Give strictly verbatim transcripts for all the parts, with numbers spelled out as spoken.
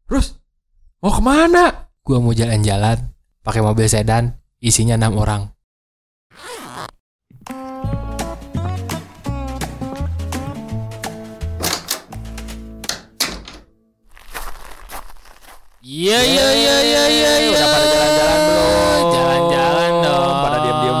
Terus mau kemana? Gua mau jalan-jalan pakai mobil sedan, isinya enam orang. Iya iya iya iya iya. Udah pada jalan-jalan belum? Jalan-jalan dong. Pada diem-diem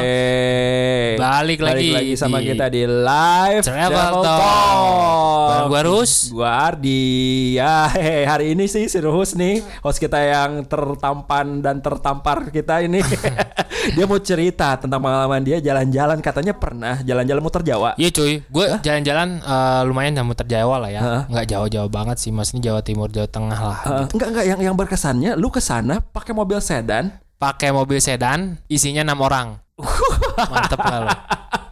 baik. Balik lagi. Balik lagi sama di kita di live Travel Talk. Talk. Bareng gua Rus. Gua Ardi. Ya, hey, hari ini sih si Ruhus nih, host kita yang tertampan dan tertampar kita ini. Dia mau cerita tentang pengalaman dia jalan-jalan, katanya pernah jalan-jalan muter Jawa. Iya cuy, gue jalan-jalan uh, lumayan sama muter Jawa lah ya. Hah? Nggak jauh-jauh banget sih, maksudnya Jawa Timur, Jawa Tengah lah. Uh, enggak enggak yang yang berkesannya lu kesana pakai mobil sedan. Pakai mobil sedan, isinya enam orang. Mantep lah lo.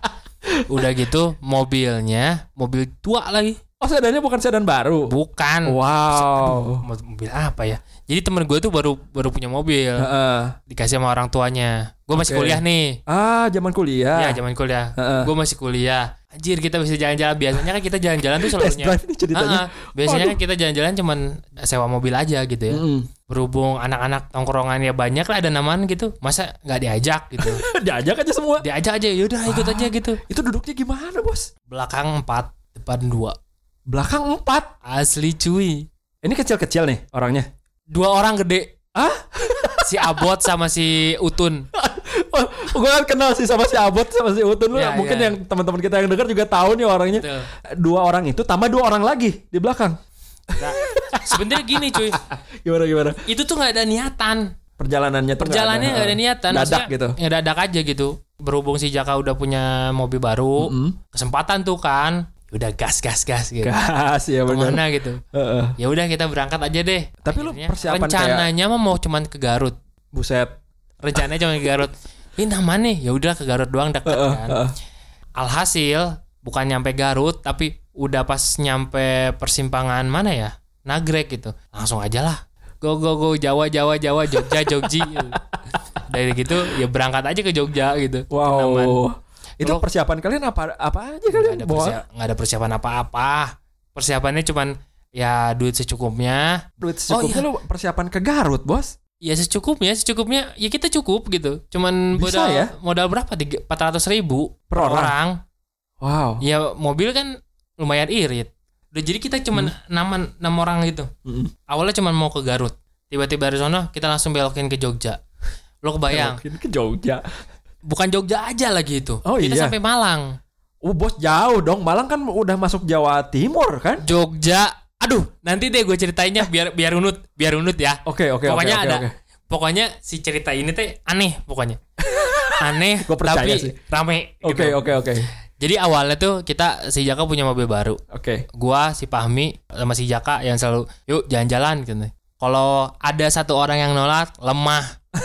Udah gitu mobilnya mobil tua lagi. Oh, sedannya bukan sedan baru. Bukan. Wow. Aduh, mobil apa ya? Jadi temen gue tuh baru baru punya mobil. Uh, Dikasih sama orang tuanya. Gue masih Oke. kuliah nih. ah, zaman kuliah. Ya zaman kuliah. Uh-uh. Gue masih kuliah. Anjir, kita bisa jalan-jalan. Biasanya kan kita jalan-jalan tuh Test selalunya. drive nih ceritanya. Uh-uh. Biasanya Waduh. kan kita jalan-jalan cuman sewa mobil aja gitu ya. Mm-mm. Berhubung anak-anak tongkrongannya banyak lah, ada namaan gitu, masa nggak diajak gitu? Diajak aja semua. Diajak aja, yaudah ikut Wah. aja gitu. Itu duduknya gimana, Bos? Belakang empat, depan dua. Belakang empat. Asli cuy. Ini kecil-kecil nih orangnya. Dua orang gede. Ah? Si Abot sama si Utun. Oh, gue kan kenal sih sama si Abot sama si Utun. Lu Ya, mungkin ya. yang teman-teman kita yang dengar juga tahu nih orangnya. Betul. Dua orang itu tambah dua orang lagi di belakang. Nah, sebenarnya gini cuy, Gimana gimana? itu tuh nggak ada niatan. Perjalanannya tuh Perjalanannya nggak ada, ada niatan. Dadak Maksudnya, gitu. Ya dadak aja gitu. Berhubung si Jaka udah punya mobil baru, Mm-mm. kesempatan tuh kan, udah gas gas gas gitu. Gas ya benar. Kemana gitu? Heeh. Ya udah kita berangkat aja deh. Tapi lu Akhirnya persiapan rencananya mah mau cuman ke Garut. Buset. Rencananya cuman ke Garut. Ini nama nih, ya udah ke Garut doang dekat Heeh, kan. heeh. Alhasil bukan nyampe Garut tapi udah pas nyampe persimpangan mana ya? Nagrek gitu. Langsung aja lah. Go go go Jawa Jawa Jawa Jogja Jogji. Dari gitu ya berangkat aja ke Jogja gitu. Kenaman. Wow. Itu Lo- persiapan kalian apa apa aja Nggak kalian ada, bawa? persia- nggak ada persiapan apa-apa. Persiapannya cuman ya duit secukupnya. Duit secukupnya Oh, lu persiapan ke Garut, Bos. Ya secukupnya, secukupnya ya kita cukup gitu. Cuman Bisa modal ya? modal berapa? empat ratus ribu Per orang? Wow. Ya mobil kan lumayan irit. Udah jadi kita cuman enam enam orang gitu. Mm-mm. Awalnya cuman mau ke Garut. Tiba-tiba dari sana kita langsung belokin ke Jogja. Lo kebayang? Mungkin ke Jogja. Bukan Jogja aja lagi itu. Oh, kita iya. sampai Malang. Oh, Bos, jauh dong. Malang kan udah masuk Jawa Timur kan? Jogja. Aduh, nanti deh gue ceritainnya biar biar unut, biar unut ya. Oke, oke, oke. Pokoknya oke, ada. oke. Pokoknya si cerita ini teh aneh pokoknya. Aneh Gua percaya tapi sih. rame Oke, gitu. oke, oke. Jadi awalnya tuh kita si Jaka punya mobil baru. Oke. Gua, si Fahmi sama si Jaka yang selalu yuk jalan-jalan gitu. Kalau ada satu orang yang nolak, lemah.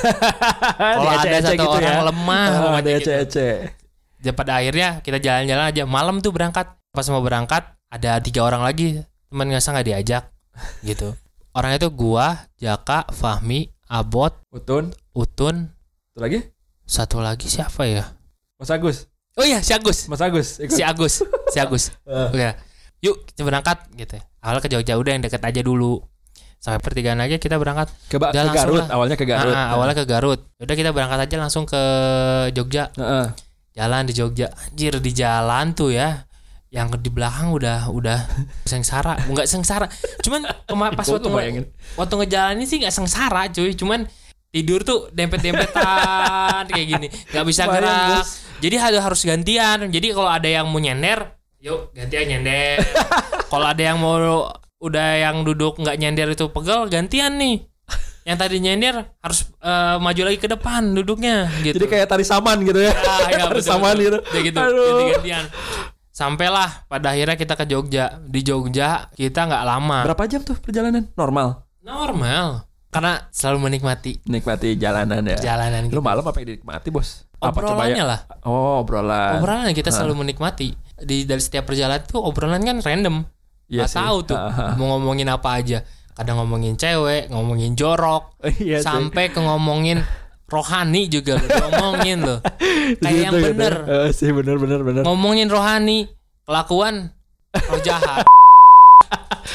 Kalau ada satu orang lemah, Ah, pokoknya ada gitu. ece-ece. Dan pada akhirnya kita jalan-jalan aja. Malam tuh berangkat. Pas mau berangkat ada tiga orang lagi. Teman ngasa nggak diajak gitu. Orangnya tuh gua, Jaka, Fahmi, Abot, Utun. Utun, Satu lagi? satu lagi siapa ya? Mas Agus. Oh iya, si Agus. Mas Agus. Ikut. Si Agus. Si Agus. Eh. Oke. Yuk kita berangkat gitu. Awalnya ke Jogja udah yang deket aja dulu. Sampai pertigaan aja kita berangkat. Ke, ba- Udah ke langsung Garut. lah. Awalnya ke Garut. Ah, awalnya ke Garut. Udah kita berangkat aja langsung ke Jogja. Heeh. Jalan di Jogja. Anjir di jalan tuh ya. Yang di belakang udah udah sengsara. Enggak sengsara. Cuman kema- pas Gua waktu ngebayangin. waktu ngejalanin sih enggak sengsara cuy. Cuman tidur tuh dempet-dempetan kayak gini. Enggak bisa Bayang, gerak. Bos. Jadi harus harus gantian. Jadi kalau ada yang mau nyender, yuk gantian nyender. Kalau ada yang mau udah yang duduk nggak nyender itu pegel, gantian nih. Yang tadi nyender harus eh, maju lagi ke depan duduknya gitu. Jadi kayak tari saman gitu ya. Ah, ya, Tari betul, saman betul. gitu. Udah gitu, Aduh. ganti-gantian. Sampailah pada akhirnya kita ke Jogja. Di Jogja kita nggak lama. Berapa jam tuh perjalanan? Normal. Normal. Karena selalu menikmati Nikmati jalanan ya. jalanan Lu gitu. malam apa yang dinikmati, Bos? Apa Obrolannya ya? lah. Oh, obrolan. Obrolan kita selalu menikmati. Di dari setiap perjalanan tuh obrolan kan random. Iya Gak sih. tahu tuh Ah, ah. mau ngomongin apa aja. Kadang ngomongin cewek, ngomongin jorok, Iya sih. sampai ke ngomongin rohani juga lo ngomongin loh. Kayak yang Gitu, bener. gitu. Eh, sih bener bener bener. Ngomongin rohani, kelakuan roh jahat.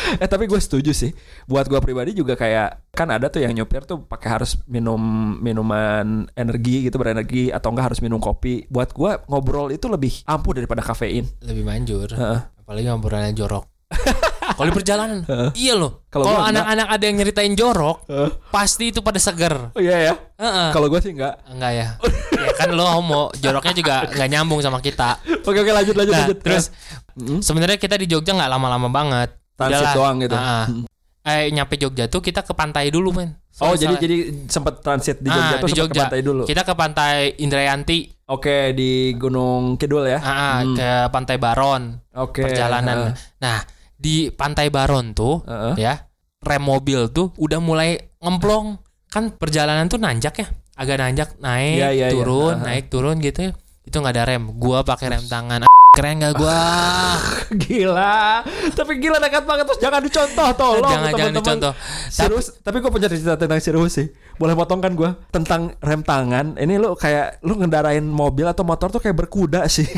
Eh tapi gue setuju sih. Buat gue pribadi juga kayak kan ada tuh yang nyopir tuh pakai harus minum minuman energi gitu, berenergi atau enggak harus minum kopi. Buat gue ngobrol itu lebih ampuh daripada kafein. Lebih manjur. Heeh. Apalagi ngobrolannya jorok. Kalau di perjalanan, Heeh. iya loh. Kalau Kalau gua anak-anak ada yang nyeritain jorok, Heeh. pasti itu pada seger. Oh iya ya. Heeh. Kalau gue sih enggak. Enggak ya. Ya kan lo homo, joroknya juga nggak nyambung sama kita. Oke oke lanjut lanjut Nah, lanjut. terus Hmm. sebenarnya kita di Jogja nggak lama-lama banget. Transit Udahlah. doang gitu. Heeh. Eh nyampe Jogja tuh kita ke pantai dulu men. Oh Soalnya- jadi jadi sempat transit di Jogja Ah, tuh di sempat ke Jogja. pantai dulu. Kita ke pantai Indrayanti, Oke di Gunung Kidul ya. ah, Hmm. ke pantai Baron. Oke. Perjalanan. Heeh. Nah, di pantai Baron tuh Heeh. ya, rem mobil tuh udah mulai ngemplong. Kan perjalanan tuh nanjak ya. Agak nanjak, naik, Iya, iya, iya. turun, Heeh. naik, turun gitu. Itu nggak ada rem. Gua pakai rem tangan. Keren gak gua? Gila. Tapi gila nekat banget terus jangan dicontoh tolong Jangan jangan teman-teman. dicontoh. Sirus, tapi gue punya cerita tentang Sirus sih. Boleh potong kan gue tentang rem tangan. Ini lu kayak lu ngendarain mobil atau motor tuh kayak berkuda sih.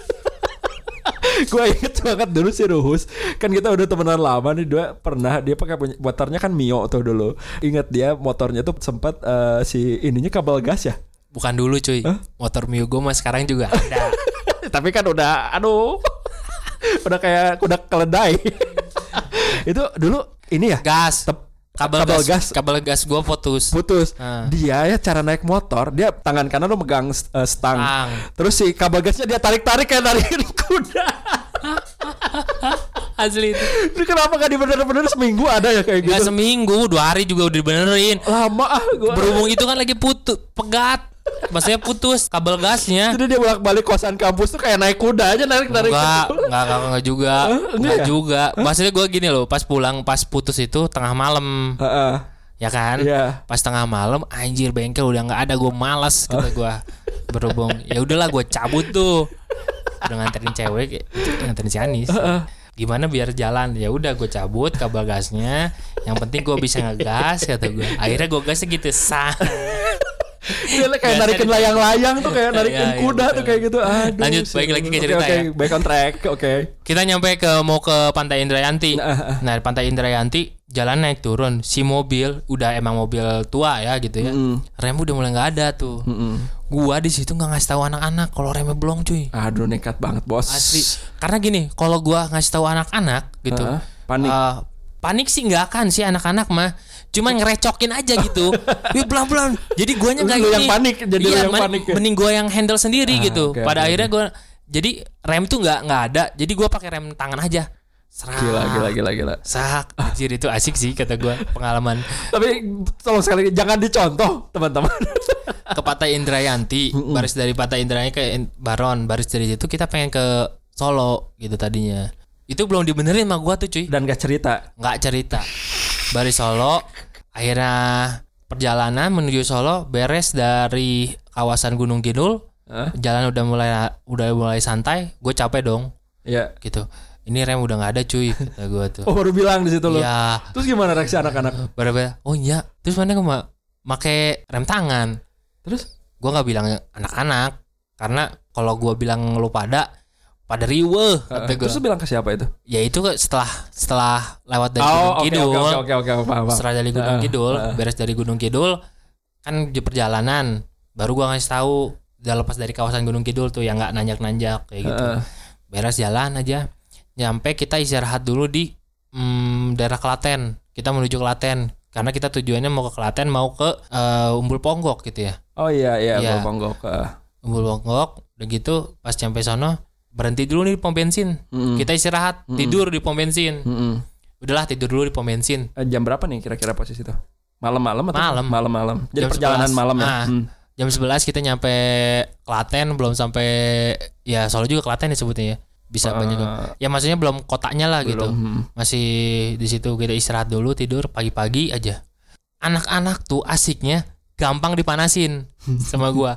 Gue inget banget dulu si Ruhus. Kan kita udah temenan lama nih. Dia pernah dia pakai punya- motornya kan Mio tuh dulu. Ingat dia motornya tuh sempat eh, si ininya kabel gas ya. Bukan dulu cuy. Hah? Motor Mio gua mah sekarang juga ada. Tapi kan udah aduh. Udah kayak kuda keledai. Itu dulu ini ya. Gas. Tep- Kabel, kabel gas, gas. kabel gas gua putus. Putus. Ah. Dia ya cara naik motor, dia tangan kanan lu megang eh, stang. Stang. Terus si kabel gasnya dia tarik-tarik kayak narikin kuda. Asli itu. Ini kenapa gak dibener-bener seminggu ada ya kayak Gak gitu? seminggu, dua hari juga udah dibenerin. Lama ah gua. Berhubung itu kan lagi putus, pegat. Maksudnya putus kabel gasnya. Jadi dia bolak-balik kosan kampus tuh kayak naik kuda aja narik-narik. Enggak, enggak, enggak, enggak juga. enggak Enggak ya? juga. Maksudnya gue gini loh, pas pulang, pas putus itu tengah malam. Heeh. Ya kan? Iya. Pas tengah malam, anjir bengkel udah nggak ada, gue malas kata gue. Berhubung, ya udahlah gue cabut tuh. Udah nganterin cewek, nganterin si Anis. Gimana biar jalan? Ya udah gue cabut kabel gasnya. Yang penting gue bisa ngegas kata gue. Akhirnya gue gasnya gitu sah. Dia kayak Gasnya narikin di- layang-layang tuh kayak narikin Iya, iya, kuda betul. tuh kayak gitu. Aduh. Lanjut, sih. balik lagi ke Oke, cerita oke, ya. back on track. Oke. Kita nyampe ke mau ke Pantai Indrayanti. Nah, Nah, di Pantai Indrayanti jalan naik turun. Si mobil udah emang mobil tua ya gitu ya. Mm. Rem udah mulai nggak ada tuh. Mm-mm. Gua di situ nggak ngasih tahu anak-anak kalau remnya belum cuy. Aduh nekat banget bos. Asli. Karena gini, kalau gua ngasih tahu anak-anak gitu. Heeh, panik. eh, panik sih nggak akan sih anak-anak mah. Cuman ngerecokin aja gitu. Wih pelan-pelan. Jadi guanya nggak Lu gini. yang panik, jadi lu iya, yang men- panik ya? Mending gua yang handle sendiri Ah, gitu. oke, Pada oke, akhirnya oke. gua jadi rem tuh nggak nggak ada. Jadi gua pakai rem tangan aja. Serak. Gila gila gila gila. Sak, anjir itu asik sih kata gua pengalaman. Tapi tolong sekali lagi, jangan dicontoh teman-teman. Ke Pantai Indrayanti, baris dari Pantai Indrayanti ke In- Baron, baris dari situ kita pengen ke Solo gitu tadinya. Itu belum dibenerin sama gua tuh cuy. Dan gak cerita. Nggak cerita. Baris Solo, akhirnya perjalanan menuju Solo beres dari kawasan Gunung Kidul. Hah? Jalan udah mulai udah mulai santai, gue capek dong Iya. gitu. Ini rem udah nggak ada cuy kata gue tuh. Oh baru bilang di situ lo. Iya. Terus gimana reaksi anak-anak? Berapa? Oh iya. Terus mana gue ma- make rem tangan. Terus? Gue nggak bilang anak-anak karena kalau gue bilang lu pada pada riweh kata gue. Terus lu bilang ke siapa itu? Ya itu setelah setelah lewat dari Oh Gunung oke Kidul. oke oke oke oke paham paham. Setelah dari Gunung Heeh, Kidul, heeh. beres dari Gunung Kidul kan di perjalanan baru gua ngasih tahu udah lepas dari kawasan Gunung Kidul tuh yang nggak nanjak-nanjak kayak gitu. Heeh. Beres jalan aja. Nyampe kita istirahat dulu di mm, daerah Klaten. Kita menuju Klaten karena kita tujuannya mau ke Klaten, mau ke eh, Umbul Ponggok gitu ya. Oh iya iya, Iya. Ponggok. Uh. Umbul Ponggok udah gitu pas sampai sono berhenti dulu nih di pom bensin. Mm-mm. Kita istirahat, Mm-mm. tidur di pom bensin. Mm-mm. Udahlah tidur dulu di pom bensin. Eh, jam berapa nih kira-kira posisi itu? Malam-malam atau Malam. malam-malam? Jadi Jam perjalanan sebelas. malam ya. Ah. Hmm. Jam sebelas kita nyampe Klaten, belum sampai ya Solo juga Klaten disebutnya ya. Bisa Uh, banyak. Ya maksudnya belum kotanya lah gitu. Belum. Hmm. Masih di situ kita istirahat dulu, tidur pagi-pagi aja. Anak-anak tuh asiknya gampang dipanasin sama gua.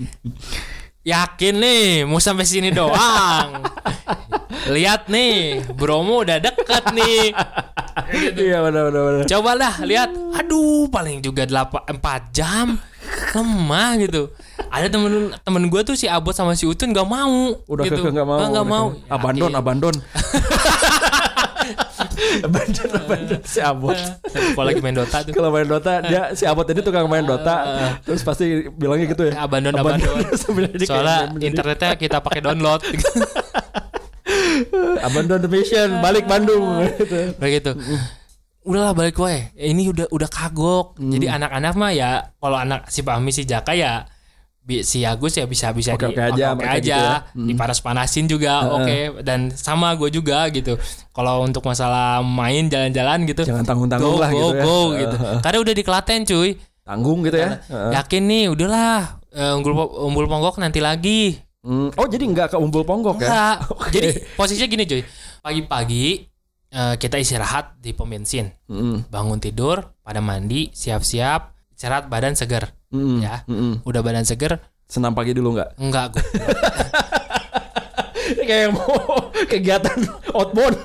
Yakin nih mau sampai sini doang. Lihat nih, Bromo udah deket nih. Iya benar benar benar. Coba lah lihat. Aduh, paling juga delapan empat jam. Lemah gitu. Ada temen temen gue tuh si Abot sama si Utun gak mau. Udah gitu. keke nggak mau. Nggak udah mau. keke. Abandon Yakin. abandon. Abandon, abandon si Abot. Kalau lagi main Dota tuh. Kalau main Dota dia si Abot ini tukang main Dota. Terus pasti bilangnya gitu ya. Abandon, abandon. Soalnya internetnya kita pakai download. Abandon the mission, balik Bandung. Begitu. Udahlah balik wae. Ini udah udah kagok. Hmm. Jadi anak-anak mah ya kalau anak si Fahmi si Jaka ya si Agus ya bisa-bisa oke, di oke aja, oke, oke aja gitu ya. Hmm. dipanas-panasin juga uh-uh. oke okay. Dan sama gue juga gitu. Kalau untuk masalah main jalan-jalan gitu jangan tanggung-tanggung go, lah go, gitu ya. Go gitu. Uh-huh. Karena udah di Klaten cuy. Tanggung gitu ya. Uh-huh. Yakin nih udahlah uh, umbul umbul ponggok nanti lagi. Hmm. Oh jadi nggak ke umbul ponggok ya? Okay. Jadi posisinya gini cuy. Pagi-pagi uh, kita istirahat di pom bensin. Mm. Bangun tidur, pada mandi, siap-siap, istirahat badan seger. Mm. Ya, mm. Udah badan seger. Senam pagi dulu nggak? Enggak gue. Kayak mau kegiatan outbound.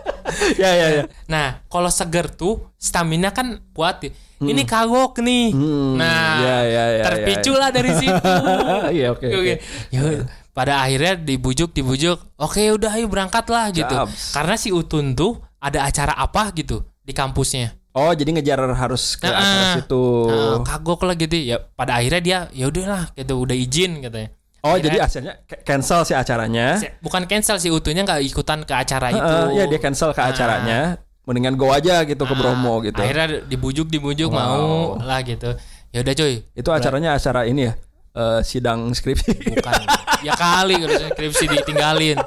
Ya ya ya. Nah, kalau seger tuh stamina kan kuat ya. Hmm. Ini kagok nih. Hmm. Nah, ya, ya, ya, terpicu ya, ya. lah dari situ. Iya oke. Oke. Pada akhirnya dibujuk dibujuk. Oke, udah ayo berangkat lah gitu. Jabs. Karena si Utun tuh ada acara apa gitu di kampusnya. Oh, jadi ngejar harus ke nah, acara situ. Nah, kagok lah gitu. Ya pada akhirnya dia ya udahlah gitu udah izin katanya. Oh akhirnya, jadi hasilnya cancel si acaranya. Bukan cancel si Utunya nggak ikutan ke acara itu. Iya dia cancel ke nah. acaranya. Mendingan go aja gitu nah, ke Bromo gitu. Akhirnya dibujuk dibujuk wow. mau lah gitu. Ya udah cuy. Itu acaranya acara ini ya. Uh, sidang skripsi. Bukan. Ya kali kalau skripsi ditinggalin.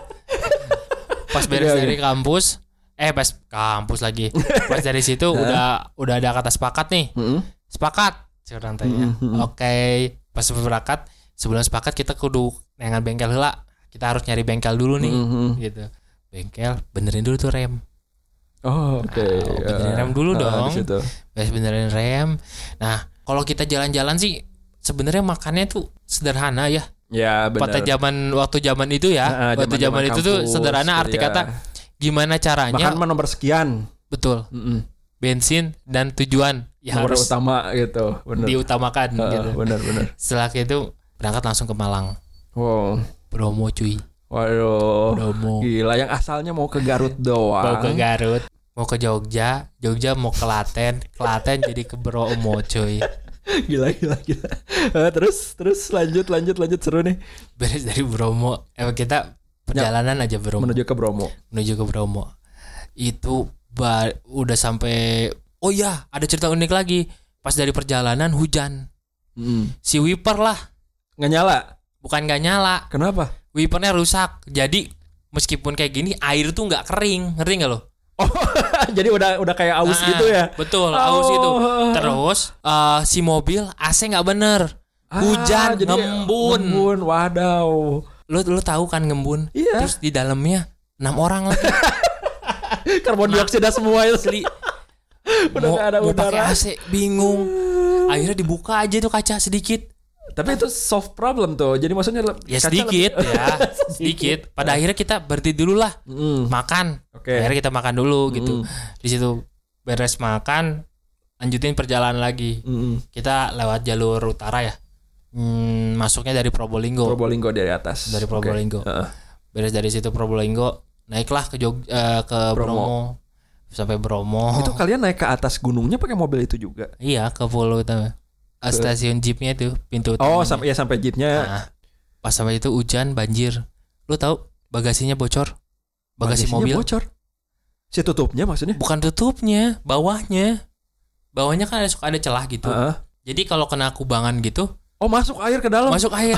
Pas beres okay, dari okay. kampus. Eh pas kampus lagi. Pas dari situ udah udah ada kata sepakat nih. Mm-hmm. Sepakat. Seorang tanya. Mm-hmm. Oke. Okay. Pas berangkat. Sebelum sepakat kita kudu nengan bengkel heula. Kita harus nyari bengkel dulu nih, mm-hmm. gitu. Bengkel benerin dulu tuh rem. Oh, oke. Okay. Nah, benerin rem dulu uh, dong. Beres benerin rem. Nah, kalau kita jalan-jalan sih sebenarnya makannya tuh sederhana ya. Ya, benar. Pada zaman waktu zaman itu ya, nah, waktu zaman itu kampus, tuh sederhana arti ya. Kata gimana caranya? Makan nomor sekian. Betul. Mm-mm. Bensin dan tujuan ya nomor harus utama gitu, benar. Diutamakan uh, gitu. Benar-benar. Setelah itu berangkat langsung ke Malang. Wow. Bromo cuy. Waduh. Bromo. Gila yang asalnya mau ke Garut doang. Mau ke Garut, mau ke Jogja, Jogja mau ke Klaten, Klaten jadi ke Bromo cuy. Gila gila gila. Uh, terus terus lanjut lanjut lanjut seru nih. Beres dari Bromo, eh, kita perjalanan ya, aja Bromo. Menuju ke Bromo. Menuju ke Bromo. Itu ba- udah sampai oh iya, ada cerita unik lagi. Pas dari perjalanan hujan. Hmm. Si wiper lah nggak nyala? Bukan nggak nyala. Kenapa? Wipernya rusak. Jadi meskipun kayak gini air tuh nggak kering, ngerti nggak lo? Oh, jadi udah udah kayak aus nah, gitu ya? Betul, oh. aus itu. Terus uh, si mobil A C nggak bener, hujan, ah, ngembun. Ngembun, wadaw. Lo lo tahu kan ngembun? Iya. Terus di dalamnya enam orang lagi. Karbon dioksida semua itu. Asli. Udah mau, gak ada mau udara. Pakai A C, bingung. Akhirnya dibuka aja tuh kaca sedikit. Tapi itu soft problem tuh. Jadi maksudnya ya sedikit lebih... ya, sedikit. Pada akhirnya kita berhenti dulu lah. Mm. Makan. Okay. Akhirnya kita makan dulu gitu. Mm. Di situ beres makan, lanjutin perjalanan lagi. Mm. Kita lewat jalur utara ya. Hmm, masuknya dari Probolinggo. Probolinggo dari atas. Dari Probolinggo. Okay. Uh-uh. Beres dari situ Probolinggo, naiklah ke Jog uh, ke Bromo. Bromo. Sampai Bromo. Itu kalian naik ke atas gunungnya pakai mobil itu juga? Iya, ke Pulau Utama. Stasiun jeepnya tuh pintu utamanya. Oh sampai ya sampai jeepnya. Nah, pas sampai itu hujan banjir. Lu tahu bagasinya bocor? Bagasi bagasinya mobil bocor. Si tutupnya maksudnya? Bukan tutupnya, bawahnya. Bawahnya kan ada suka ada celah gitu. Uh-huh. Jadi kalau kena kubangan gitu, oh masuk air ke dalam. Masuk air.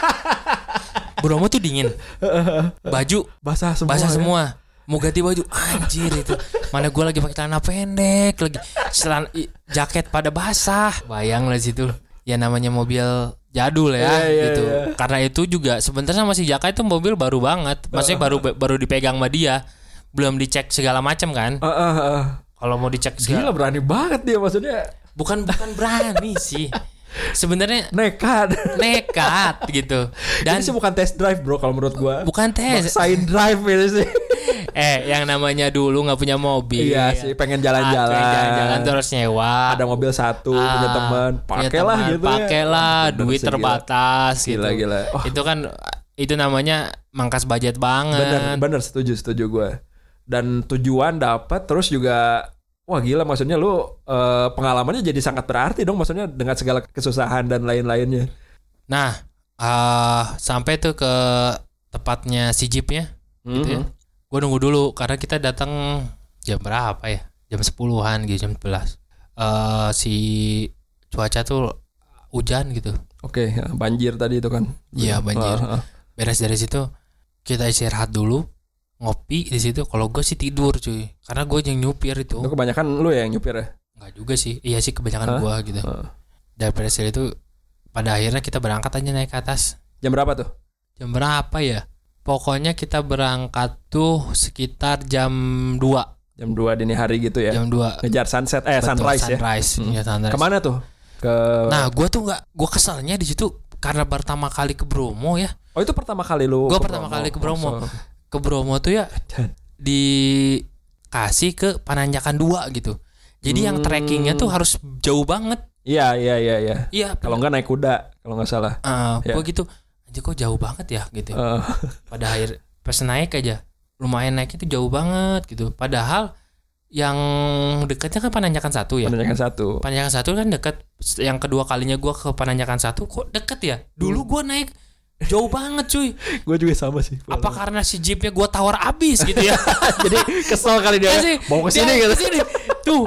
Bromo tuh dingin. Baju basah semua. Basah ya? semua. Mau ganti baju anjir itu. Mana gue lagi pakai celana pendek lagi. Celana jaket pada basah. Bayang lah situ. Ya namanya mobil jadul ya yeah, yeah, gitu. Yeah. Karena itu juga sebenarnya masih Jaka itu mobil baru banget. Maksudnya baru baru dipegang sama dia. Belum dicek segala macam kan. Uh, uh, uh. Kalau mau dicek segala. Gila berani banget dia maksudnya. Bukan bukan berani sih. Sebenarnya nekat nekat gitu. Dan ini sih bukan test drive bro kalau menurut gua. Bukan tes. Maksain drive ini sih. Eh yang namanya dulu nggak punya mobil. Iya sih pengen jalan-jalan. Pengen jalan-jalan terus nyewa. Ada mobil satu ah, punya teman. Pakailah gitu. Pakailah ya. Duit bener terbatas gila. Gitu. Gila, gila. Oh. Itu kan itu namanya mangkas budget banget. Bener bener setuju setuju gua. dan tujuan dapat, terus juga wah gila, maksudnya lu uh, pengalamannya jadi sangat berarti dong, maksudnya dengan segala kesusahan dan lain-lainnya. Nah, uh, sampai tuh ke tepatnya si jeepnya, mm-hmm. gitu ya. Gue nunggu dulu karena kita datang jam berapa ya? Jam sepuluhan gitu, jam sebelas. Uh, si cuaca tuh hujan gitu. Oke, okay, banjir tadi itu kan. Iya, banjir. Uh, uh. Beres dari situ kita istirahat dulu. Ngopi di situ. Kalau gue sih tidur cuy, karena gue yang nyupir itu. Itu kebanyakan lu ya yang nyupir ya? Enggak juga sih, iya sih kebanyakan huh? gue gitu. Huh? Dan pada saat itu pada akhirnya kita berangkat aja naik ke atas. Jam berapa tuh? Jam berapa ya? Pokoknya kita berangkat tuh sekitar jam dua. Jam dua dini hari gitu ya? Jam dua. Ngejar sunset, eh Betul, sunrise, sunrise ya? Hmm. Ya, sunrise. Kemana tuh? Ke. Nah gue tuh nggak, gue kesalnya di situ karena pertama kali ke Bromo ya. Oh itu pertama kali lu? Gue pertama Bromo. kali ke Bromo. Oh, ke Bromo tuh ya. Dikasih ke Pananjakan dua gitu. Jadi hmm. yang trekkingnya tuh harus jauh banget. Iya iya iya iya. Iya. Kalau nggak naik kuda, kalau nggak salah. Uh, ya. Gue gitu. Aja kok jauh banget ya gitu. Uh. Pada akhir pas naik aja, lumayan naik itu jauh banget gitu. Padahal yang dekatnya kan Pananjakan satu ya. Pananjakan satu. Pananjakan satu kan dekat. Yang kedua kalinya gue ke Pananjakan satu kok deket ya. Dulu gue naik jauh banget cuy. Gue juga sama sih. Apa karena si jeepnya gue tawar abis gitu ya. Jadi kesel kali dia. Ya, mau kesini gitu. Kesini. Tuh,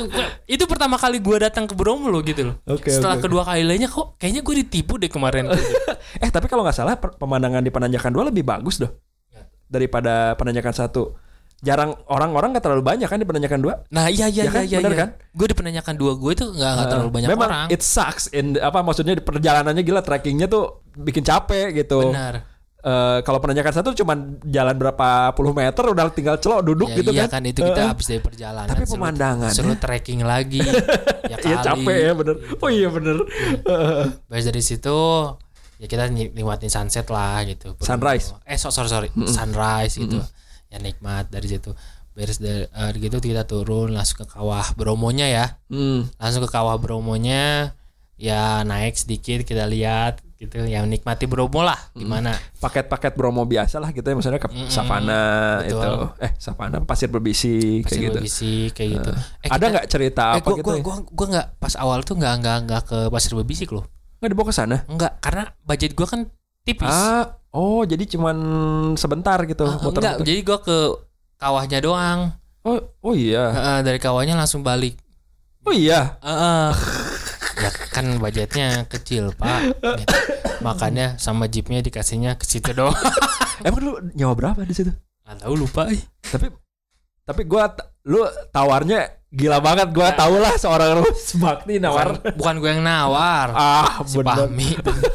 itu pertama kali gue datang ke Bromo loh gitu loh. Okay, Setelah okay, kedua okay. kali lainnya kok kayaknya gue ditipu deh kemarin. Eh tapi kalau nggak salah pemandangan di Pananjakan dua lebih bagus doh daripada Pananjakan satu. Jarang orang-orang nggak terlalu banyak kan di Pananjakan dua. Nah iya iya ya kan? iya. Bener iya. kan? Gue di Pananjakan dua gue itu nggak nggak uh, terlalu banyak memang orang. It sucks in apa maksudnya di perjalanannya gila, trekkingnya tuh bikin capek gitu. Benar. Uh, kalau Pananjakan satu cuma jalan berapa puluh meter udah tinggal celok duduk ya, gitu iya kan. kan itu kita uh, habis dari perjalanan. Tapi pemandangan seru trekking lagi. Ya kali. Iya capek ya bener. Oh iya bener. Habis dari situ ya kita nikmatin sunset lah gitu. Sunrise. Eh so, sorry sorry mm-hmm. sunrise gitu. Mm-hmm. Ya nikmat dari situ. Beres dari uh, gitu kita turun langsung ke kawah Bromonya ya. Mm. Langsung ke kawah Bromonya. Ya naik sedikit kita lihat gitu, yang nikmati Bromo lah gimana. Paket-paket Bromo biasa lah gitu ya, maksudnya ke mm-hmm. savana itu. Eh savana pasir berbisik pasir kayak gitu. Berbisik kayak uh. gitu. Eh, ada nggak cerita eh, apa gua, gitu? Gua, ya? gua, gua nggak pas awal tuh nggak nggak nggak ke pasir berbisik loh. Nggak dibawa ke sana? Nggak, karena budget gua kan tipis. Ah, oh jadi cuman sebentar gitu. Uh, enggak, jadi gua ke kawahnya doang. Oh, oh iya. Uh, dari kawahnya langsung balik. Oh iya. Uh, uh. Ya kan budgetnya kecil pak, gitu. Makanya sama jeepnya dikasihnya ke situ doang. Emang lu nyawa berapa di situ? Nggak tahu, lupa. Eh. Tapi tapi gue lu tawarnya gila banget. Gue nah, tau lah seorang Rus Bakti nawar. Bukan, bukan gue yang nawar. Ah si Pahmi.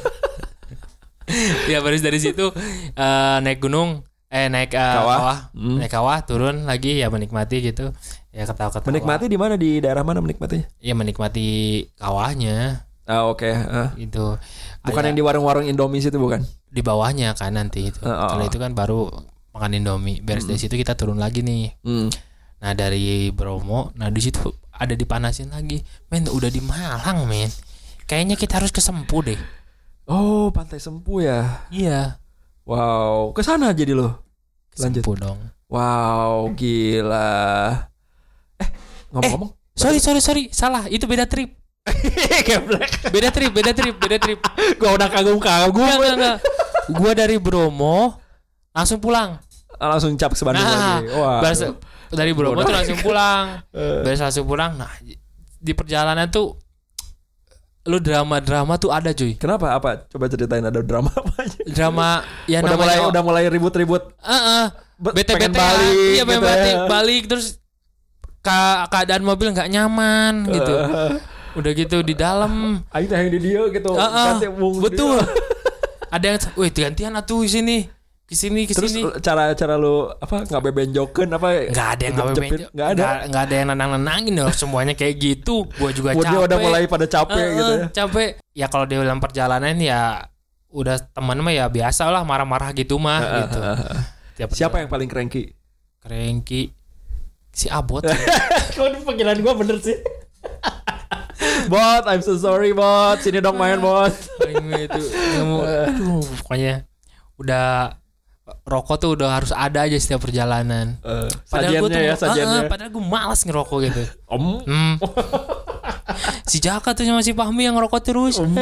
Ya baris dari situ uh, naik gunung, eh naik uh, kawah, kawah hmm. naik kawah, turun lagi ya menikmati gitu. Ya ketawa-ketawa. Menikmati di mana, di daerah mana menikmatinya? Ya menikmati kawahnya. Ah oke. Okay. Uh. Itu. Bukan ada, yang di warung-warung Indomie situ bukan? Di bawahnya kan nanti itu. Uh, oh. Kalau itu kan baru makan Indomie. Beres hmm. dari situ kita turun lagi nih. Hmm. Nah dari Bromo, nah di situ ada dipanasin lagi. Men udah di Malang men. Kayaknya kita harus ke Sempu deh. Oh Pantai Sempu ya? Iya. Wow, ke sana jadi lo. Lanjut. Sempu dong. Wow, gila. Eh, ngomong-ngomong. Eh, sorry, sorry, sorry. Salah, itu beda trip. Beda trip, beda trip, beda trip. Gua udah kagum-kagum. Enggak, enggak, enggak. Gua dari Bromo langsung pulang. Langsung cap ke Bandung nah, lagi. Wah. Beres, dari Bromo tuh langsung pulang. Beres langsung pulang. Nah, di perjalanan tuh lu drama-drama tuh ada cuy. Kenapa? Apa? Coba ceritain ada drama apa aja. Drama ya udah namanya mulai, udah mulai ribut-ribut. Heeh. Uh-uh. B T B T balik. Iya, pengen gitu balik, ya. balik terus ke- keadaan mobil enggak nyaman gitu. Uh. Udah gitu di dalam. Aing teh yang di dia gitu. Uh-uh. Betul. Ada yang, "Wih, gantian atuh di sini." Ke sini ke sini. Terus cara-cara lu apa enggak bebenjokeun apa? Enggak ada yang enggak bebenjok. Enggak ada. Enggak ada yang nenang-nenangin loh, semuanya kayak gitu. Gua juga capek. Dia udah mulai pada capek uh, gitu ya. Capek. Ya kalau di dalam perjalanan ya udah teman mah ya biasa lah marah-marah gitu mah uh, gitu. Uh, uh, uh. Siapa yang paling cranky? Cranky si Abot. Kok panggilan gua bener sih? Bot, I'm so sorry bot. Sini dong main bot. Paling itu. Aduh, pokoknya udah rokok tuh udah harus ada aja setiap perjalanan. Uh, padahal gue tuh, ya, sajiannya. uh, padahal gue malas ngerokok gitu. Om. Hmm. Si Jaka tuh sama si Fahmi yang ngerokok terus. Om.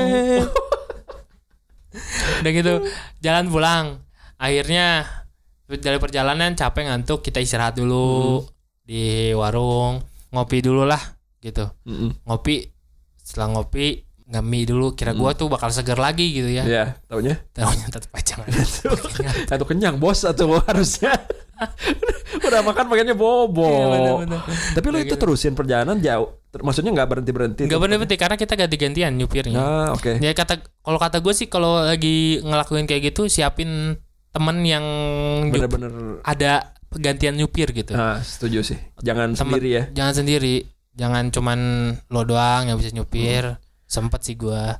Udah gitu, jalan pulang. Akhirnya dari perjalanan capek ngantuk, kita istirahat dulu hmm. di warung, ngopi dulu lah gitu. Hmm. Ngopi, setelah ngopi ngemi dulu, kira gua tuh bakal seger lagi gitu ya. Iya, taunya? Taunya tetap aja nggak. Atau kenyang bos atau harusnya udah makan pakainya bobo. Iya, bener-bener. Tapi lu itu gitu. Terusin perjalanan jauh, maksudnya nggak berhenti berhenti? Nggak berhenti berhenti karena kita ganti-gantian nyupirnya. Ah, oke. Okay. Ya kata, kalau kata gue sih kalau lagi ngelakuin kayak gitu siapin temen yang bener-bener ada gantian nyupir gitu. Ah, setuju sih. Jangan temen, sendiri ya. Jangan sendiri, jangan cuman lo doang yang bisa nyupir. Hmm. Sempet sih gua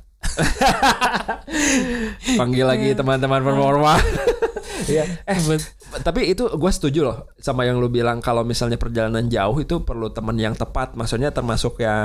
panggil lagi teman-teman performa. Ya, eh tapi itu gue setuju loh sama yang lu bilang kalau misalnya perjalanan jauh itu perlu teman yang tepat. Maksudnya termasuk ya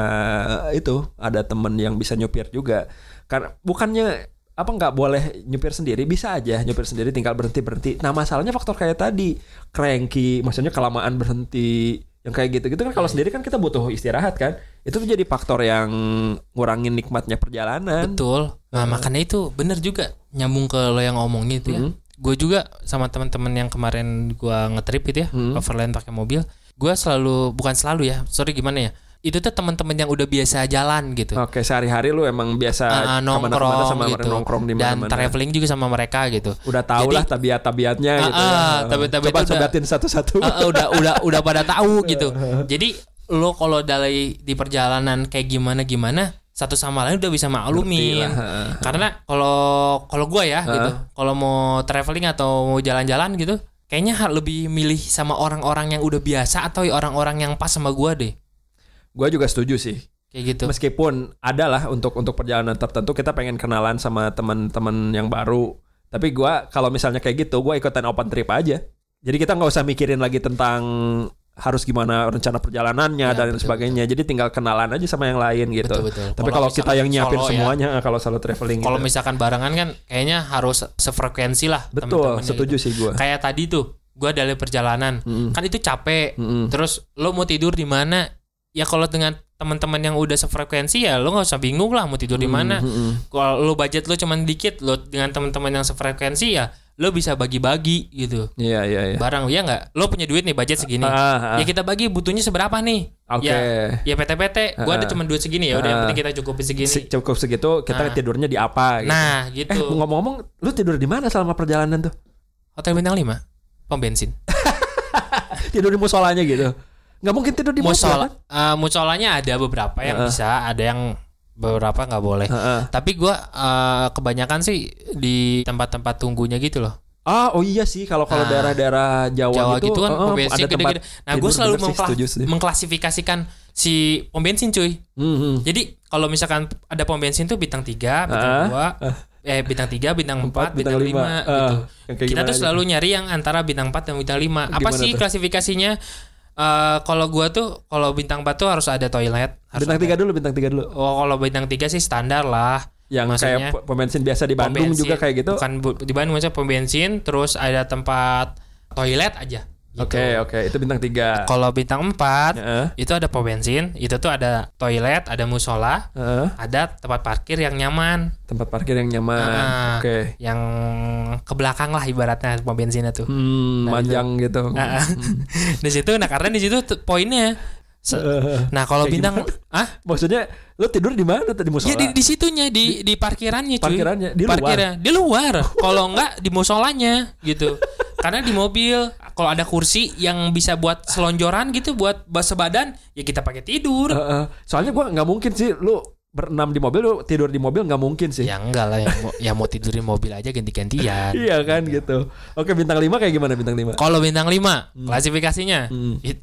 itu ada teman yang bisa nyupir juga. Karena bukannya apa nggak boleh nyupir sendiri, bisa aja nyupir sendiri tinggal berhenti berhenti. Nah masalahnya faktor kayak tadi cranky, maksudnya kelamaan berhenti. Yang kayak gitu-gitu kan kalau sendiri kan kita butuh istirahat kan. Itu tuh jadi faktor yang ngurangin nikmatnya perjalanan. Betul. Nah, uh. makanya itu bener juga nyambung ke lo yang ngomongin itu ya. Mm-hmm. Gue juga sama teman-teman yang kemarin gue ngetrip gitu ya, mm-hmm. overland pakai mobil. Gue selalu, bukan selalu ya, sorry gimana ya. Itu tuh teman-teman yang udah biasa jalan gitu. Oke, sehari-hari lu emang biasa uh, nongkrong sama gitu. Nongkrong di mana-mana. Dan traveling juga sama mereka gitu. Udah tau lah tabiat-tabiatnya uh, gitu. Uh, tabiat-tabiat coba cobatin satu-satu. Uh, uh, udah udah udah pada tahu gitu. Jadi lo kalau dari di perjalanan kayak gimana-gimana satu sama lain udah bisa maklumin. Karena kalau kalau gue ya uh. gitu, kalau mau traveling atau mau jalan-jalan gitu, kayaknya lebih milih sama orang-orang yang udah biasa atau orang-orang yang pas sama gue deh. Gue juga setuju sih. Kayak gitu. Meskipun ada lah untuk untuk perjalanan tertentu kita pengen kenalan sama teman-teman yang baru. Tapi gue kalau misalnya kayak gitu gue ikutan open trip aja. Jadi kita nggak usah mikirin lagi tentang harus gimana rencana perjalanannya ya, dan betul, sebagainya. Betul. Jadi tinggal kenalan aja sama yang lain gitu. Betul, betul. Tapi kalau kita yang nyiapin semuanya ya, kalau selalu traveling. Kalau gitu. misalkan barengan kan kayaknya harus sefrekuensi lah. Betul, setuju gitu. Sih gue. Kayak tadi tuh gue dari perjalanan mm-hmm. kan itu capek. Mm-hmm. Terus lo mau tidur di mana? Ya kalau dengan teman-teman yang udah sefrekuensi ya lo nggak usah bingung lah mau tidur di mana. Mm-hmm. Kalau lo budget lo cuman dikit, lo dengan teman-teman yang sefrekuensi ya lo bisa bagi-bagi gitu. Iya iya iya. Barang ya nggak? Lo punya duit nih budget segini. Ah, ah. Ya kita bagi butuhnya seberapa nih? Oke. Okay. Ya ya P T P T. Ah, Gua ada cuma duit segini ya. Udah ah, yang penting kita cukupin segini. Cukup segitu kita ah. tidurnya di apa? Gitu. Nah gitu. Eh ngomong-ngomong, lo tidur di mana selama perjalanan tuh? Hotel bintang lima, pom bensin. Tidur di musolanya gitu. Nggak mungkin tidur di musola. Uh, musolanya ada beberapa yang uh-uh. bisa, ada yang beberapa nggak boleh. Uh-uh. Tapi gue uh, kebanyakan sih di tempat-tempat tunggunya gitu loh. Ah, oh iya sih kalau kalau nah, daerah-daerah Jawa, Jawa gitu, gitu kan uh, pom bensin gede-gede. Nah, gue selalu mengkla- mengklasifikasikan si pom bensin cuy. Mm-hmm. Jadi kalau misalkan ada pom bensin tuh bintang tiga, bintang uh, dua, uh. eh bintang tiga, bintang empat, bintang lima gitu. Uh, Kita tuh selalu aja. Nyari yang antara bintang empat dan bintang lima. Apa gimana sih tuh? Klasifikasinya? Uh, kalau gua tuh kalau bintang empat tuh harus ada toilet. Harus bintang tiga dulu, bintang tiga dulu. Oh, kalau bintang tiga sih standar lah. Yang maksudnya, kayak pom bensin biasa di Bandung juga kayak gitu. Bukan di Bandung maksudnya pom bensin, terus ada tempat toilet aja. Oke, gitu. Oke, okay. Itu bintang tiga. Kalau bintang empat uh. itu ada pom bensin, itu tuh ada toilet, ada musola, uh. ada tempat parkir yang nyaman. Tempat parkir yang nyaman. Uh, Oke. Okay. Yang ke belakang lah ibaratnya pom bensinnya tuh. Hmm, nah, manjang itu. gitu. Uh, hmm. Di situ nah karena di situ t- poinnya. Se- nah kalau bintang ah maksudnya lo tidur di mana tadi musola? Ya di, di situnya di di parkirannya cuy. Parkirannya di luar. Parkirnya di luar. Kalau enggak di musolanya gitu. Karena di mobil kalau ada kursi yang bisa buat selonjoran gitu buat basa badan ya kita pakai tidur. Uh, uh. Soalnya gua nggak mungkin sih lu berenam di mobil lu tidur di mobil nggak mungkin sih. Ya enggak lah yang mau, yang mau tidur di mobil aja ganti-gantian. Iya kan gitu. Oke bintang lima kayak gimana bintang lima? Kalau bintang lima hmm. klasifikasinya hmm. itu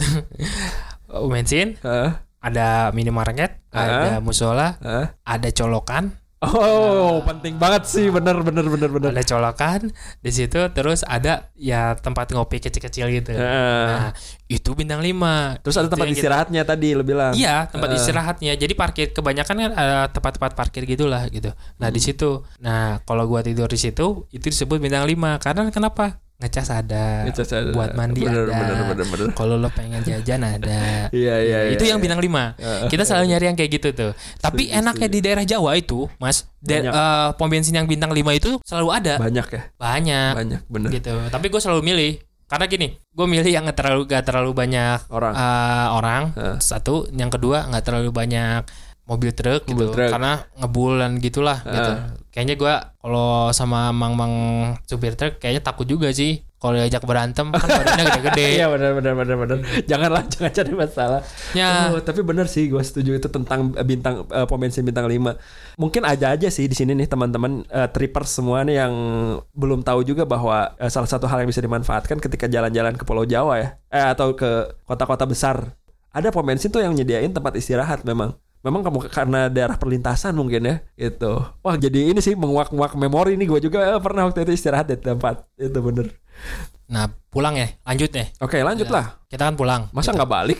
bensin, uh. ada minimarket, uh. ada musola, uh. ada colokan. Oh, nah, penting banget sih, bener bener bener bener. Ada colokan di situ, terus ada ya tempat ngopi kecil-kecil gitu. Uh. Nah, itu bintang lima. Terus ada tempat istirahatnya kita, tadi lo bilang. Iya, tempat uh. istirahatnya. Jadi parkir kebanyakan kan ada tempat-tempat parkir gitulah gitu. Nah, hmm. di situ. Nah, kalau gua tidur di situ, itu disebut bintang lima. Karena kenapa? ngecas ada, Ngecas ada. buat mandi Bener, ada. bener, bener, bener. Kalau lo pengen jajan ada. Iya iya iya. Itu yang iya. bintang lima. Kita selalu nyari yang kayak gitu tuh. Tapi Setuju, enaknya setuju. di daerah Jawa itu, Mas, da- Banyak. eh, pom bensin yang bintang lima itu selalu ada. Banyak ya. Banyak. Banyak bener. Gitu. Tapi gue selalu milih karena gini, gue milih yang nggak terlalu gak terlalu banyak Orang. eh, orang. Heeh. Satu, yang kedua nggak terlalu banyak mobil truk Mobil gitu. truk. Karena ngebulan gitulah gitu. Kayaknya gue kalau sama mang-mang supir truk kayaknya takut juga sih. Kalau diajak berantem kan badannya gede-gede. Iya benar benar benar benar. Janganlah jangan cari masalah. Ya. Oh, tapi benar sih gue setuju itu tentang bintang uh, pom bensin bintang lima. Mungkin aja aja sih di sini nih teman-teman uh, trippers semua nih yang belum tahu juga bahwa uh, salah satu hal yang bisa dimanfaatkan ketika jalan-jalan ke Pulau Jawa ya. Eh atau ke kota-kota besar. Ada pom bensin tuh yang nyediain tempat istirahat memang. Memang kamu karena daerah perlintasan mungkin ya gitu. Wah jadi ini sih menguak-nguak memori nih gue juga eh, pernah waktu itu istirahat di tempat itu bener. Nah pulang ya, lanjut ya. Oke lanjut lah. Kita kan pulang. Masa gitu. nggak balik?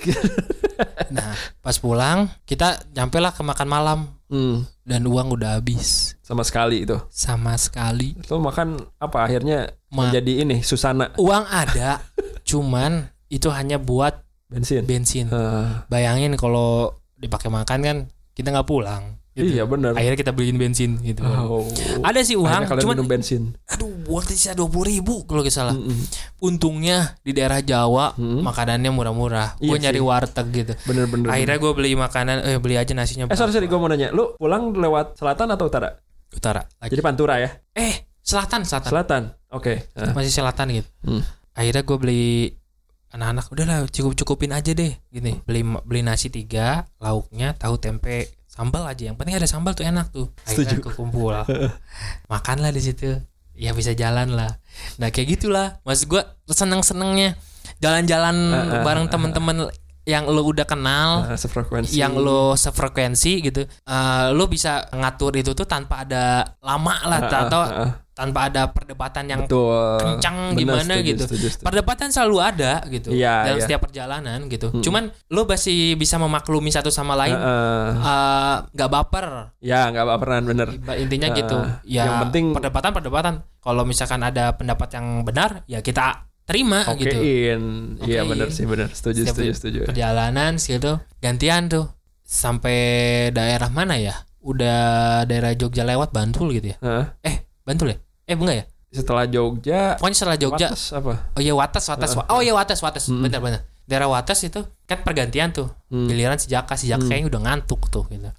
Nah pas pulang kita nyampe lah ke makan malam hmm, dan uang udah habis sama sekali itu. sama sekali. Lo makan apa akhirnya Ma- menjadi ini Susana Uang ada, cuman itu hanya buat bensin. bensin. Ah, Bayangin kalau dipakai makan kan kita nggak pulang. Gitu. Iya benar. Akhirnya kita beliin bensin gitu. Oh. Ada sih uang, Akhirnya kalian cuman minum bensin. aduh buat sisa dua puluh ribu kalau nggak salah. Mm-mm. Untungnya di daerah Jawa Hmm. makanannya murah-murah. Iya Gue nyari sih. warteg gitu. Bener-bener. Akhirnya gue beli makanan, eh beli aja nasinya. Eh sorry sorry gue mau nanya. Lu pulang lewat selatan atau utara? Utara. Lagi. Jadi Pantura ya? Eh selatan, selatan. Selatan. Oke. Ah. Masih selatan gitu. Hmm. Akhirnya gue beli anak-anak udahlah cukup cukupin aja deh gini. Beli beli nasi tiga, lauknya tahu tempe, sambal aja. Yang penting ada sambal tuh enak tuh. Akhirnya Setuju. kekumpul. Makanlah di situ. Ya bisa jalan lah. Nah kayak gitulah. Mas gue seneng-senengnya jalan-jalan Uh, uh, bareng uh, temen-temen yang lo udah kenal. Ah, sefrekuensi. Yang lo sefrekuensi gitu, uh, lo bisa ngatur itu tuh tanpa ada lama lah, Ah, ah, atau ah, ah. tanpa ada perdebatan yang Betul. kencang Bener, gimana setuju, gitu. setuju, setuju. Perdebatan selalu ada gitu Iya, dalam iya. setiap perjalanan gitu. Hmm. Cuman lo masih bisa memaklumi satu sama lain, Ah, ah. nggak uh, baper. Ya nggak apa-apa bener. Intinya Ah, gitu. Ya yang penting- perdebatan perdebatan. Kalau misalkan ada pendapat yang benar, ya kita terima gitu. Okein. Iya Okein. bener sih bener. Setuju Setiap setuju setuju. perjalanan gitu gantian tuh sampai daerah mana ya? Udah daerah Jogja lewat Bantul gitu ya? Hah? Eh Bantul ya? Eh enggak ya? Setelah Jogja. Pokoknya setelah Jogja. Wates apa? Oh iya Wates, Wates. Uh, Oh iya Wates, Wates. Hmm. Bentar, bentar. Daerah Wates itu kan pergantian tuh. Hmm. Giliran si Jaka, si Jaka Hmm. kayaknya udah ngantuk tuh gitu.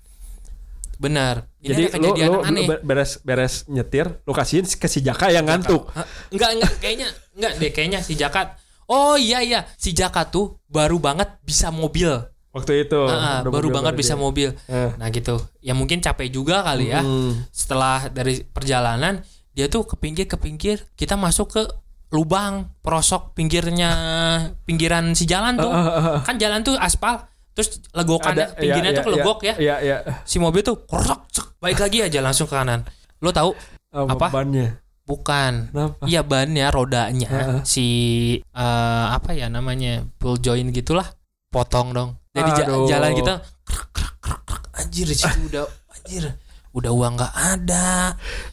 Benar. Ini Jadi ada lu, kejadian lu, aneh. lu beres beres nyetir, lu kasihin ke si Jaka yang ngantuk. Hah? Enggak, enggak, kayaknya enggak deh, kayaknya si Jaka. Oh iya iya, si Jaka tuh baru banget bisa mobil. Waktu itu. Ah, udah baru mobil banget baru bisa dia. mobil. Eh. Nah gitu. Ya mungkin capek juga kali ya. Hmm. Setelah dari perjalanan dia tuh ke pinggir ke pinggir, kita masuk ke lubang pelosok pinggirnya pinggiran si jalan tuh. Kan jalan tuh aspal. Terus legokannya Ada, pinggirnya iya, tuh kelegok iya, ya. Iya iya. Si mobil tuh korok, cek, balik lagi aja langsung ke kanan. Lo tahu Apa? Apa? Bannya. bukan? Kenapa? Iya bannya, rodanya Heeh. si eh, apa ya namanya pull joint gitulah, potong dong. Jadi ja- Aduh. jalan kita, krak, krak, krak, krak. Anjir di situ udah anjir, udah uang nggak ada.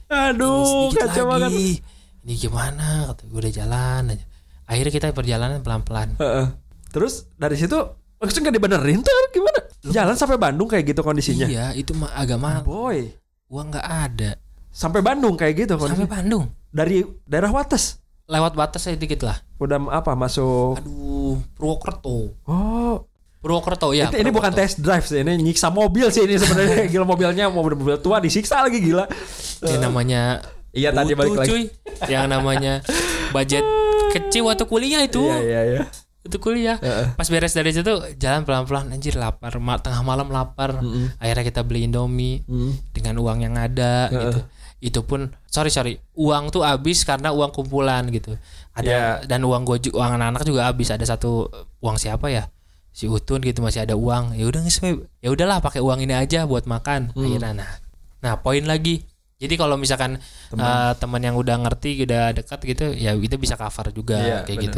Aduh, Ini sedikit kacau banget. lagi. Ini gimana? Kata gue udah jalan aja. Akhirnya kita perjalanan pelan-pelan. Heeh. Terus dari situ maksudnya nggak dibenerin tuh gimana? Jalan sampai Bandung kayak gitu kondisinya. Iya, itu mah agak mahal. Boy, Uang nggak ada. sampai Bandung kayak gitu Sampai kondisinya. Bandung. Dari daerah Wates. Lewat batas saya dikit lah. Udah apa masuk? Aduh, Purwokerto. Oh, Purwokerto ya. ini, ini bukan Purwokerto. test drive sih, ini nyiksa mobil sih ini sebenarnya. Gila mobilnya mobil-mobil tua disiksa lagi gila. Yang namanya Iya tadi butuh, balik lagi. cuy. Yang namanya budget kecil waktu kuliah itu. Iya iya iya. Itu kuliah. Heeh. Pas beres dari situ jalan pelan-pelan, anjir lapar, Ma- tengah malam lapar. Mm-mm. Akhirnya kita beli Indomie Mm. dengan uang yang ada Heeh. gitu. Itu pun sorry sorry uang tuh habis karena uang kumpulan gitu. Ada Ya. dan uang gua ju- uang anak-anak juga habis. Ada satu uang siapa ya? Si Utun gitu masih ada uang. Ya udah nges, ya udahlah pakai uang ini aja buat makan. Hmm. Akhirnya nah. Nah, poin lagi. Jadi kalau misalkan Teman. eh, teman yang udah ngerti, udah dekat gitu, ya kita bisa cover juga Iya, kayak benar. gitu.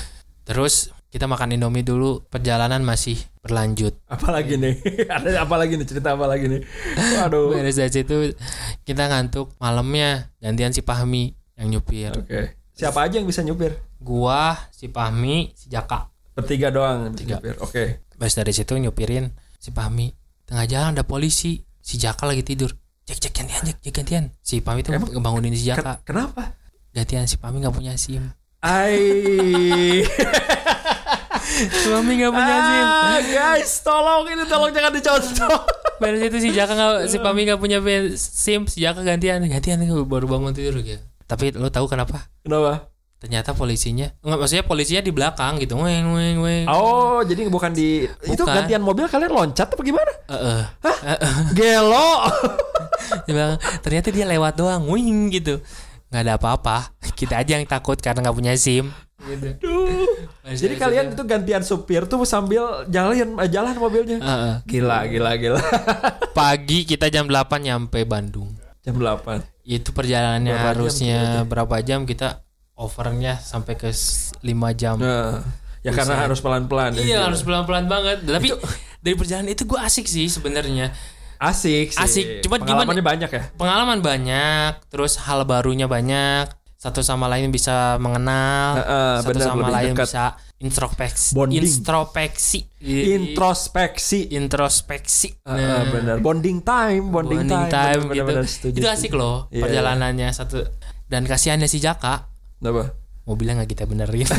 Terus kita makan Indomie dulu, perjalanan masih berlanjut. Apalagi nih? Ada apa lagi nih? Cerita apa lagi nih? Waduh. Oke. Beres dari situ kita ngantuk, malamnya gantian si Fahmi yang nyupir. Siapa aja yang bisa nyupir? Gua, si Fahmi, si Jaka. Bertiga doang bisa Tiga. nyupir. Oke. Okay. Pas dari situ nyupirin si Fahmi. Tengah jalan ada polisi. Si Jaka lagi tidur. Cek cek gantian, cek cek gantian. Si Fahmi tuh Emang? ngebangunin si Jaka. Ken- kenapa? Gantian, si Fahmi enggak punya SIM. Ai. Si Fahmi enggak punya SIM. Ah, guys, tolong ini tolong jangan dicontoh. Dari situ si Jaka enggak, si Fahmi enggak punya SIM, si Jaka gantian, gantian baru bangun tidur gitu. Tapi lo tahu kenapa? Kenapa? Ternyata polisinya enggak, maksudnya polisinya di belakang gitu. Weng weng weng. Oh, jadi bukan di itu Bukan. gantian mobil kalian loncat apa gimana? Heeh. Gelo. Dia bilang, ternyata dia lewat doang, wing gitu. Nggak ada apa-apa. Kita aja yang takut karena nggak punya SIM. Gitu. Duh. Jadi kalian itu gantian supir tuh sambil jalan eh, jalan mobilnya. Uh-uh. Gila, gila, gila. Pagi kita jam delapan nyampe Bandung. Jam delapan. Itu perjalanannya Berapa jam harusnya berarti? berapa jam, kita overnya sampai ke lima jam. Nah, ya Buset. karena harus pelan-pelan. Iya, ya. harus pelan-pelan banget. Tapi dari perjalanan itu gue asik sih sebenarnya. Asik sih. Asik. Cuma pengalamannya gimana- banyak ya. Pengalaman banyak, terus hal barunya banyak. Satu sama lain bisa mengenal, Heeh, satu benar, sama lebih lain dekat. bisa introspeksi, Bonding. introspeksi, Introspeksi. introspeksi. Heeh, Nah, benar. Bonding time, bonding, bonding time, Benar, gitu. benar, setuju, Itu setuju. asik loh Iya, perjalanannya satu. Dan kasihannya si Jaka, Apa? mobilnya nggak kita benerin.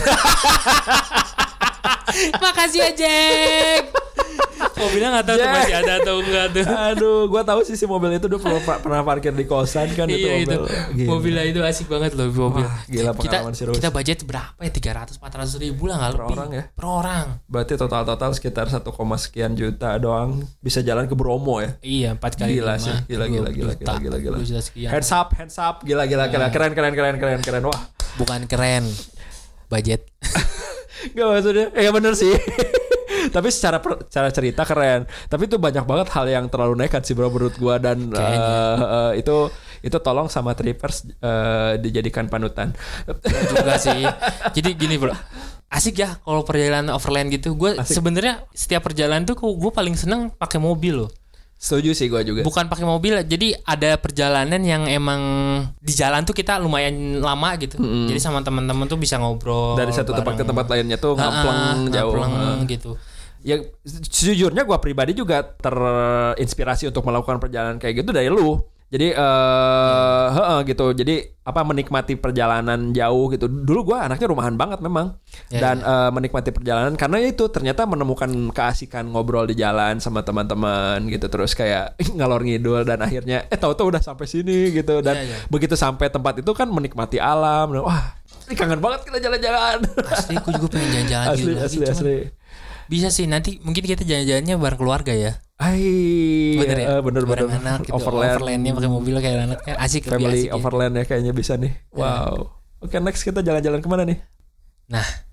Makasih ya Jack. Mobilnya nggak tahu tuh Jack. masih ada atau enggak tuh. Aduh, gua tahu sih si mobil itu dulu pernah, pernah parkir di kosan kan itu Iya mobil. itu Gila. mobilnya itu asik banget loh mobil. Wah, gila kita pengalaman seru. kita budget berapa ya, tiga ratus empat ratus ribu lah nggak Per lebih orang ya? per orang. Berarti total-total sekitar satu, sekian juta doang bisa jalan ke Bromo ya. Iya, empat kali Gila lima, sih, gila, dua gila, gila, juta, gila, gila, dua gila. juta sekian. Hands up, hands up, gila, gila, gila, Nah. keren, keren, keren, keren, keren, wah. Bukan keren, budget. Gak maksudnya, ya bener sih. Tapi secara per, secara cerita keren. Tapi itu banyak banget hal yang terlalu nekat sih bro menurut gua dan Kayaknya. uh, uh, itu itu tolong sama Trippers uh, dijadikan panutan. Juga sih. Jadi gini bro, asik ya kalau perjalanan overland gitu. Gue Asik. sebenarnya setiap perjalanan tuh gue paling seneng pakai mobil loh. Setuju sih gua juga. Bukan pakai mobil, jadi ada perjalanan yang emang di jalan tuh kita lumayan lama gitu. Mm-mm. Jadi sama teman-teman tuh bisa ngobrol Dari satu tempat ke bareng. tempat lainnya tuh ngampleng Ha-ha, jauh. ngampleng Uh. gitu. Ya sejujurnya gue pribadi juga terinspirasi untuk melakukan perjalanan kayak gitu dari lu. Jadi eh heeh, gitu. Jadi apa menikmati perjalanan jauh gitu. Dulu gue anaknya rumahan banget memang. Ya, Dan eh, menikmati perjalanan karena itu ternyata menemukan keasikan ngobrol di jalan sama teman-teman gitu, terus kayak ngalor ngidul dan akhirnya eh tahu-tahu udah sampai sini gitu dan Ya, ya. begitu sampai tempat itu kan menikmati alam. Dan, wah, ini kangen banget kita jalan-jalan. Asli aku juga pengen jalan-jalan Asli gitu lagi. asli cuman asli. bisa sih nanti mungkin kita jalan-jalannya bareng keluarga ya. Ai, Bener ya? eh, bener Bareng bener. anak gitu. Overland, Overlandnya pakai mobil kayak anak kan asik, lebih family asik ya. overland ya kayaknya bisa nih. Wow. Oke, next kita jalan-jalan kemana nih? Nah,